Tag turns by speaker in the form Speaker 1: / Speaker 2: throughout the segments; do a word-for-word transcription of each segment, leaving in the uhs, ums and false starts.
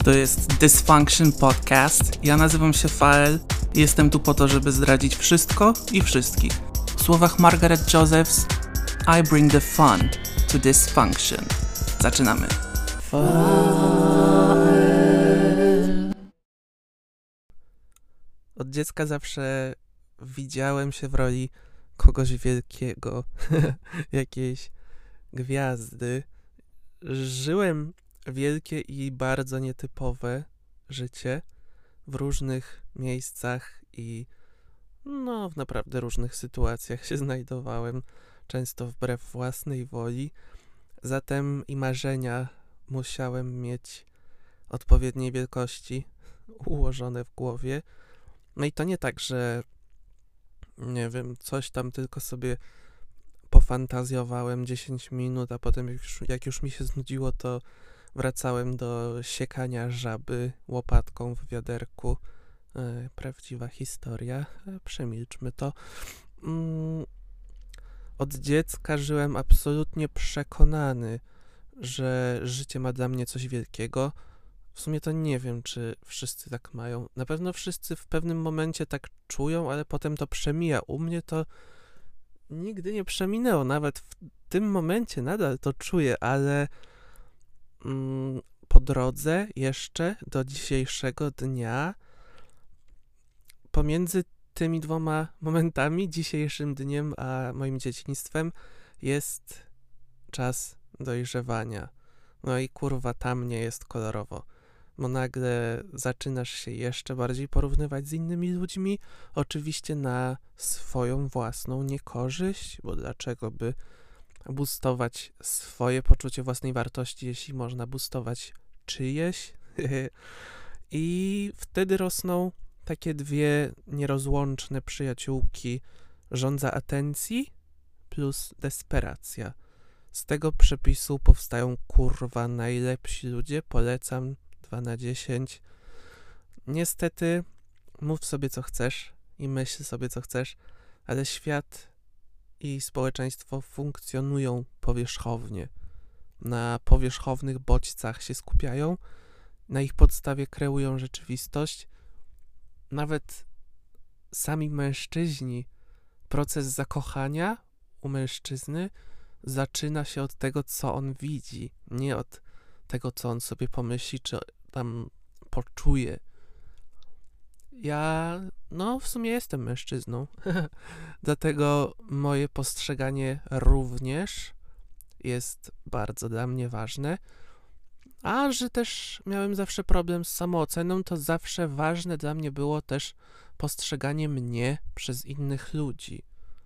Speaker 1: To jest Dysfunction Podcast. Ja nazywam się Fael i jestem tu po to, żeby zdradzić wszystko i wszystkich. W słowach Margaret Josephs, I bring the fun to dysfunction. Zaczynamy. Fael. Od dziecka zawsze widziałem się w roli kogoś wielkiego, jakiejś gwiazdy. Żyłem wielkie i bardzo nietypowe życie w różnych miejscach i no w naprawdę różnych sytuacjach się znajdowałem, często wbrew własnej woli. Zatem i marzenia musiałem mieć odpowiedniej wielkości ułożone w głowie. No i to nie tak, że nie wiem, coś tam tylko sobie pofantazjowałem dziesięć minut, a potem jak już, jak już mi się znudziło, to wracałem do siekania żaby łopatką w wiaderku. E, prawdziwa historia. E, przemilczmy to. Mm, od dziecka żyłem absolutnie przekonany, że życie ma dla mnie coś wielkiego. W sumie to nie wiem, czy wszyscy tak mają. Na pewno wszyscy w pewnym momencie tak czują, ale potem to przemija. U mnie to nigdy nie przeminęło. Nawet w tym momencie nadal to czuję, ale mm, po drodze jeszcze do dzisiejszego dnia, pomiędzy tymi dwoma momentami, dzisiejszym dniem a moim dzieciństwem, jest czas dojrzewania. No i kurwa, tam nie jest kolorowo. Bo nagle zaczynasz się jeszcze bardziej porównywać z innymi ludźmi, oczywiście na swoją własną niekorzyść, bo dlaczego by boostować swoje poczucie własnej wartości, jeśli można boostować czyjeś? I wtedy rosną takie dwie nierozłączne przyjaciółki: żądza atencji plus desperacja. Z tego przepisu powstają kurwa najlepsi ludzie, polecam dwa na dziesięć. Niestety, mów sobie co chcesz i myśl sobie co chcesz, ale świat i społeczeństwo funkcjonują powierzchownie. Na powierzchownych bodźcach się skupiają, na ich podstawie kreują rzeczywistość. Nawet sami mężczyźni, proces zakochania u mężczyzny zaczyna się od tego, co on widzi, nie od tego, co on sobie pomyśli, czy tam poczuje. Ja, no w sumie jestem mężczyzną, dlatego moje postrzeganie również jest bardzo dla mnie ważne. A że też miałem zawsze problem z samooceną, to zawsze ważne dla mnie było też postrzeganie mnie przez innych ludzi.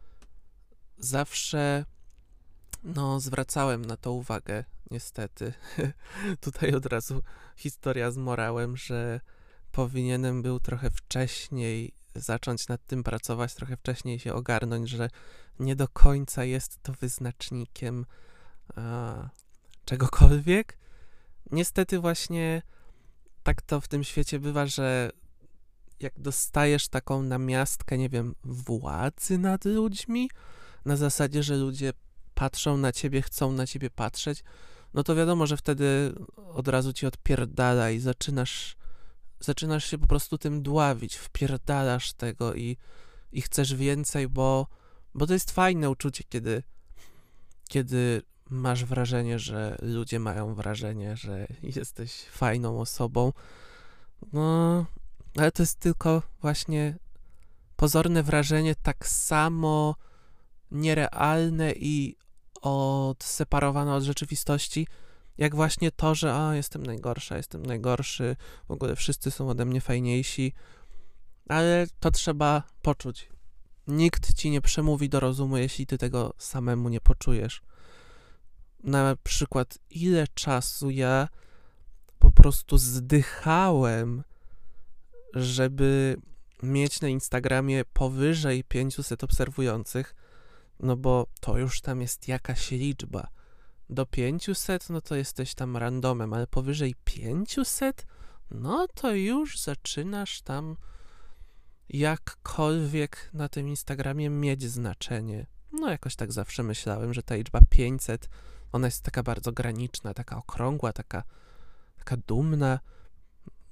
Speaker 1: Zawsze no zwracałem na to uwagę, niestety. Tutaj od razu historia z morałem, że powinienem był trochę wcześniej zacząć nad tym pracować, trochę wcześniej się ogarnąć, że nie do końca jest to wyznacznikiem a, czegokolwiek. Niestety właśnie tak to w tym świecie bywa, że jak dostajesz taką namiastkę, nie wiem, władzy nad ludźmi, na zasadzie, że ludzie patrzą na ciebie, chcą na ciebie patrzeć, no to wiadomo, że wtedy od razu ci odpierdala i zaczynasz zaczynasz się po prostu tym dławić, wpierdalasz tego i, i chcesz więcej, bo, bo to jest fajne uczucie, kiedy, kiedy masz wrażenie, że ludzie mają wrażenie, że jesteś fajną osobą. No, ale to jest tylko właśnie pozorne wrażenie, tak samo nierealne i odseparowane od rzeczywistości, jak właśnie to, że a, jestem najgorsza, jestem najgorszy, w ogóle wszyscy są ode mnie fajniejsi, ale to trzeba poczuć. Nikt ci nie przemówi do rozumu, jeśli ty tego samemu nie poczujesz. Na przykład, ile czasu ja po prostu zdychałem, żeby mieć na Instagramie powyżej pięciuset obserwujących, no bo to już tam jest jakaś liczba. Do pięciuset, no to jesteś tam randomem, ale powyżej pięciuset, no to już zaczynasz tam jakkolwiek na tym Instagramie mieć znaczenie. No jakoś tak zawsze myślałem, że ta liczba pięćset, ona jest taka bardzo graniczna, taka okrągła, taka, taka dumna.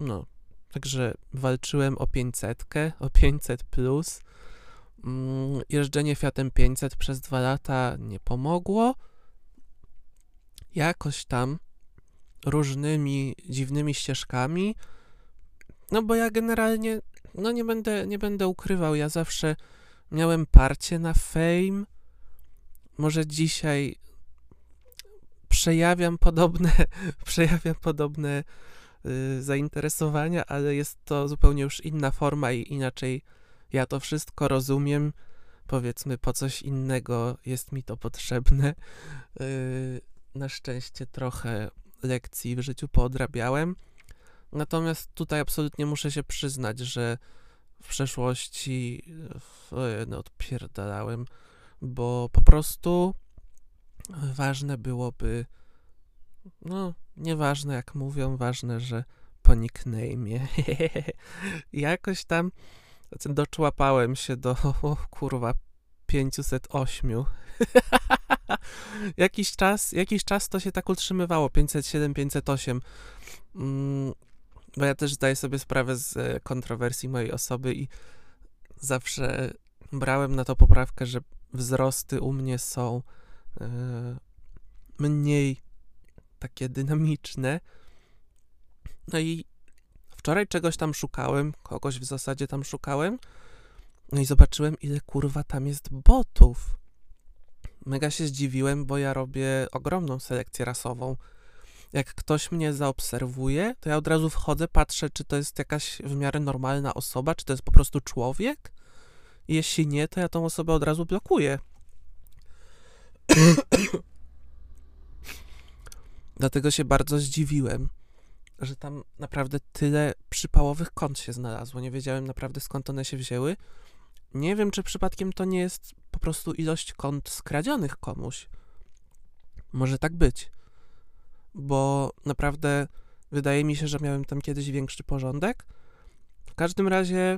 Speaker 1: No, także walczyłem o pięćsetkę, o pięćset plus. Mm, jeżdżenie Fiatem pięćset przez dwa lata nie pomogło. Jakoś tam różnymi dziwnymi ścieżkami. No bo ja generalnie, no nie będę, nie będę ukrywał, ja zawsze miałem parcie na fame. Może dzisiaj przejawiam podobne, przejawiam podobne y, zainteresowania, ale jest to zupełnie już inna forma i inaczej ja to wszystko rozumiem. Powiedzmy, po coś innego jest mi to potrzebne. Y, na szczęście trochę lekcji w życiu poodrabiałem. Natomiast tutaj absolutnie muszę się przyznać, że w przeszłości ojej, no odpierdalałem, bo po prostu ważne byłoby, no nieważne jak mówią, ważne, że po nickname'ie. Jakoś tam doczłapałem się do, o kurwa, pięćset osiem. jakiś czas, jakiś czas to się tak utrzymywało, pięćset siedem, pięćset osiem. Mm, bo ja też zdaję sobie sprawę z kontrowersji mojej osoby i zawsze brałem na to poprawkę, że wzrosty u mnie są yy, mniej takie dynamiczne. No i wczoraj czegoś tam szukałem, kogoś w zasadzie tam szukałem, no i zobaczyłem, ile kurwa tam jest botów. Mega się zdziwiłem, bo ja robię ogromną selekcję rasową. Jak ktoś mnie zaobserwuje, to ja od razu wchodzę, patrzę, czy to jest jakaś w miarę normalna osoba, czy to jest po prostu człowiek. I jeśli nie, to ja tą osobę od razu blokuję. Dlatego się bardzo zdziwiłem, że tam naprawdę tyle przypałowych kont się znalazło. Nie wiedziałem naprawdę, skąd one się wzięły. Nie wiem, czy przypadkiem to nie jest po prostu ilość kont skradzionych komuś. Może tak być. Bo naprawdę wydaje mi się, że miałem tam kiedyś większy porządek. W każdym razie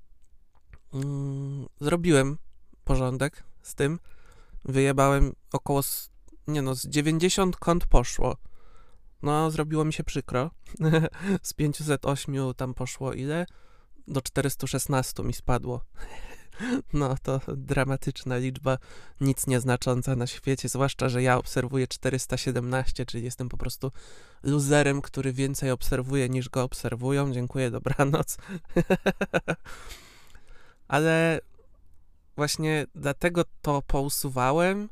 Speaker 1: mm, zrobiłem porządek z tym. Wyjebałem około, z, nie no, z dziewięćdziesiąt kont poszło. No, zrobiło mi się przykro. Z pięćset osiem tam poszło ile? Do czterysta szesnaście mi spadło. No, to dramatyczna liczba, nic nieznacząca na świecie, zwłaszcza, że ja obserwuję czterysta siedemnaście, czyli jestem po prostu luzerem, który więcej obserwuje niż go obserwują. Dziękuję, dobranoc. Ale właśnie dlatego to pousuwałem,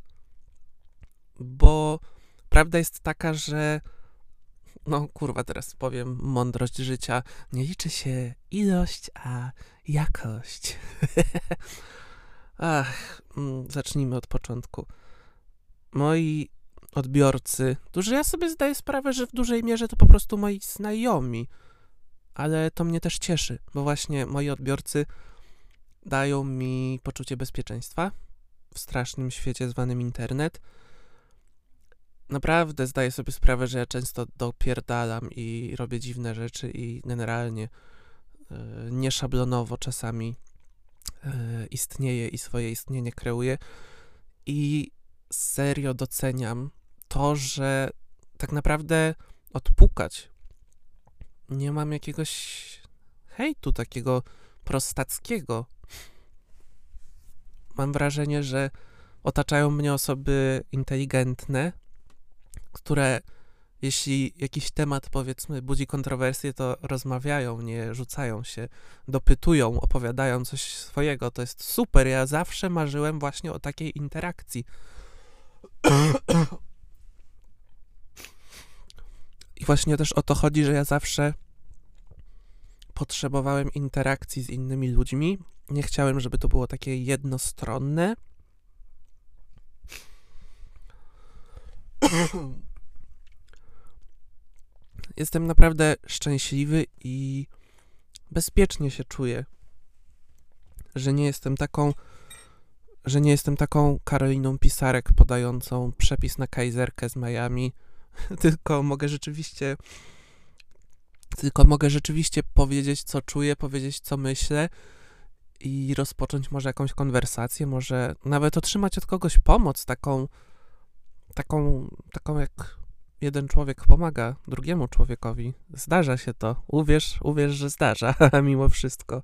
Speaker 1: bo prawda jest taka, że no kurwa, teraz powiem mądrość życia, nie liczy się ilość, a jakość. Ach, zacznijmy od początku. Moi odbiorcy, którzy ja sobie zdaję sprawę, że w dużej mierze to po prostu moi znajomi, ale to mnie też cieszy, bo właśnie moi odbiorcy dają mi poczucie bezpieczeństwa w strasznym świecie zwanym internet. Naprawdę zdaję sobie sprawę, że ja często dopierdalam i robię dziwne rzeczy i generalnie yy, nieszablonowo czasami yy, istnieję i swoje istnienie kreuję. I serio doceniam to, że tak naprawdę odpukać nie mam jakiegoś hejtu takiego prostackiego. Mam wrażenie, że otaczają mnie osoby inteligentne, które jeśli jakiś temat, powiedzmy, budzi kontrowersję, to rozmawiają, nie rzucają się, dopytują, opowiadają coś swojego. To jest super. Ja zawsze marzyłem właśnie o takiej interakcji. I właśnie też o to chodzi, że ja zawsze potrzebowałem interakcji z innymi ludźmi. Nie chciałem, żeby to było takie jednostronne. Jestem naprawdę szczęśliwy i bezpiecznie się czuję, że nie jestem taką, że nie jestem taką Karoliną Pisarek podającą przepis na kajzerkę z Miami, tylko mogę rzeczywiście tylko mogę rzeczywiście powiedzieć, co czuję, powiedzieć, co myślę i rozpocząć może jakąś konwersację, może nawet otrzymać od kogoś pomoc, taką taką, taką jak jeden człowiek pomaga drugiemu człowiekowi. Zdarza się to. Uwierz, uwierz, że zdarza, mimo wszystko.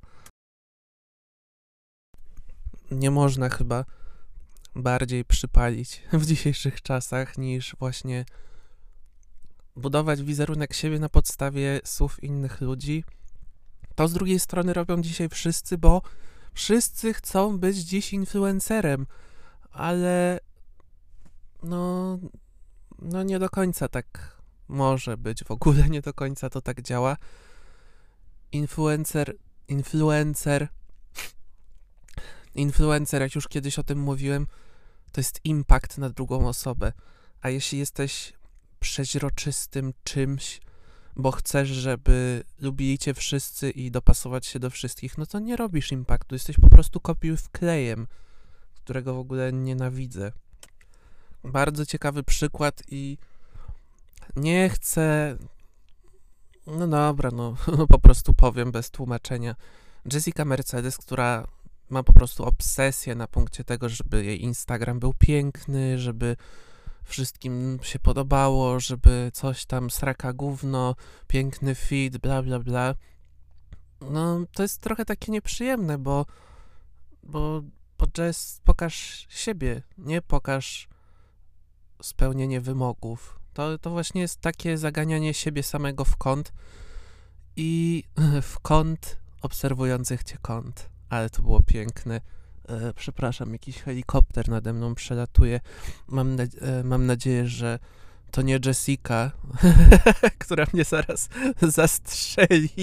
Speaker 1: Nie można chyba bardziej przypalić w dzisiejszych czasach niż właśnie budować wizerunek siebie na podstawie słów innych ludzi. To z drugiej strony robią dzisiaj wszyscy, bo wszyscy chcą być dziś influencerem, ale no, no nie do końca tak może być, w ogóle nie do końca to tak działa. Influencer, influencer, influencer, jak już kiedyś o tym mówiłem, to jest impact na drugą osobę, a jeśli jesteś przeźroczystym czymś, bo chcesz, żeby lubili cię wszyscy i dopasować się do wszystkich, no to nie robisz impaktu, jesteś po prostu kopiuj wklejem, którego w ogóle nienawidzę. Bardzo ciekawy przykład i nie chcę... No dobra, no, no po prostu powiem bez tłumaczenia. Jessica Mercedes, która ma po prostu obsesję na punkcie tego, żeby jej Instagram był piękny, żeby wszystkim się podobało, żeby coś tam sraka gówno, piękny feed, bla bla bla. No to jest trochę takie nieprzyjemne, bo bo, bo Jess, pokaż siebie, nie pokaż spełnienie wymogów. To, to właśnie jest takie zaganianie siebie samego w kąt i w kąt obserwujących cię kąt. Ale to było piękne. E, przepraszam, jakiś helikopter nade mną przelatuje. Mam, na, e, mam nadzieję, że to nie Jessica, która mnie zaraz zastrzeli.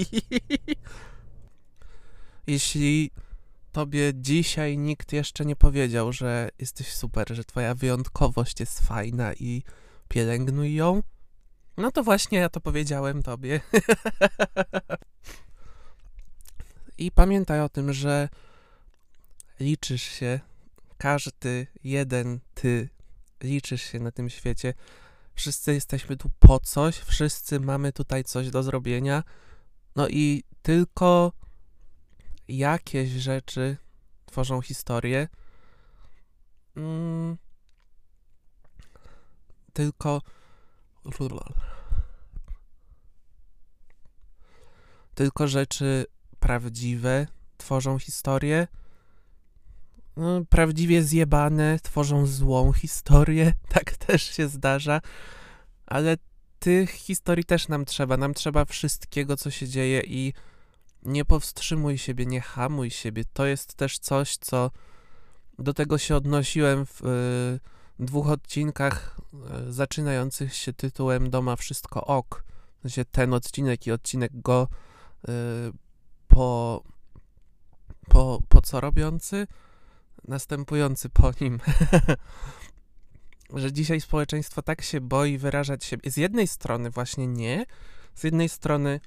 Speaker 1: Jeśli tobie dzisiaj nikt jeszcze nie powiedział, że jesteś super, że twoja wyjątkowość jest fajna i pielęgnuj ją, no to właśnie ja to powiedziałem tobie. I pamiętaj o tym, że liczysz się, każdy jeden ty liczysz się na tym świecie. Wszyscy jesteśmy tu po coś, wszyscy mamy tutaj coś do zrobienia. No i tylko jakieś rzeczy tworzą historię. Mm, tylko tylko rzeczy prawdziwe tworzą historię. No, prawdziwie zjebane tworzą złą historię. Tak też się zdarza. Ale tych historii też nam trzeba. Nam trzeba wszystkiego, co się dzieje i nie powstrzymuj siebie, nie hamuj siebie. To jest też coś, co do tego się odnosiłem w y, dwóch odcinkach y, zaczynających się tytułem Doma wszystko ok. W sensie ten odcinek i odcinek go y, po, po, po co robiący? Następujący po nim. Że dzisiaj społeczeństwo tak się boi wyrażać siebie. Z jednej strony właśnie nie. Z jednej strony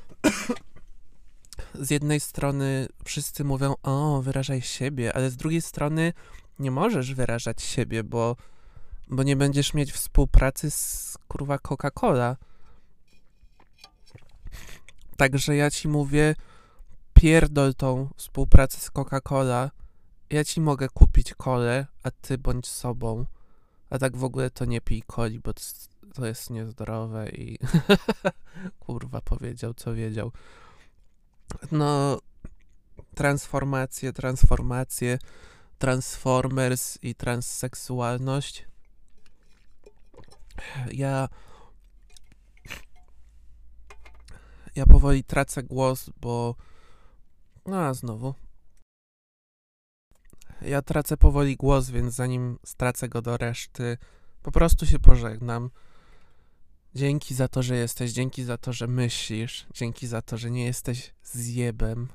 Speaker 1: z jednej strony wszyscy mówią, o, wyrażaj siebie, ale z drugiej strony nie możesz wyrażać siebie, bo, bo nie będziesz mieć współpracy z kurwa Coca-Cola. Także ja ci mówię, pierdol tą współpracę z Coca-Cola. Ja ci mogę kupić kolę, a ty bądź sobą. A tak w ogóle to nie pij coli, bo to jest niezdrowe i kurwa powiedział, co wiedział. No, transformacje, transformacje, Transformers i transseksualność. Ja ja powoli tracę głos, bo no a znowu. Ja tracę powoli głos, więc zanim stracę go do reszty, po prostu się pożegnam. Dzięki za to, że jesteś, dzięki za to, że myślisz, dzięki za to, że nie jesteś zjebem.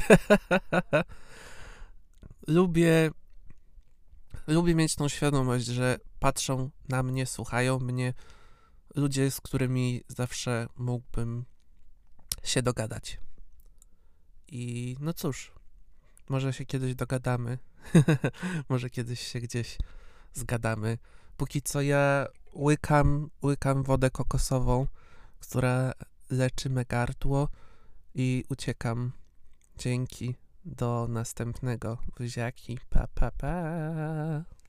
Speaker 1: Lubię, lubię mieć tą świadomość, że patrzą na mnie, słuchają mnie ludzie, z którymi zawsze mógłbym się dogadać. I no cóż, może się kiedyś dogadamy. Może kiedyś się gdzieś zgadamy. Póki co ja łykam, łykam wodę kokosową, która leczy me gardło i uciekam. Dzięki. Do następnego. Buziaki. Pa, pa, pa.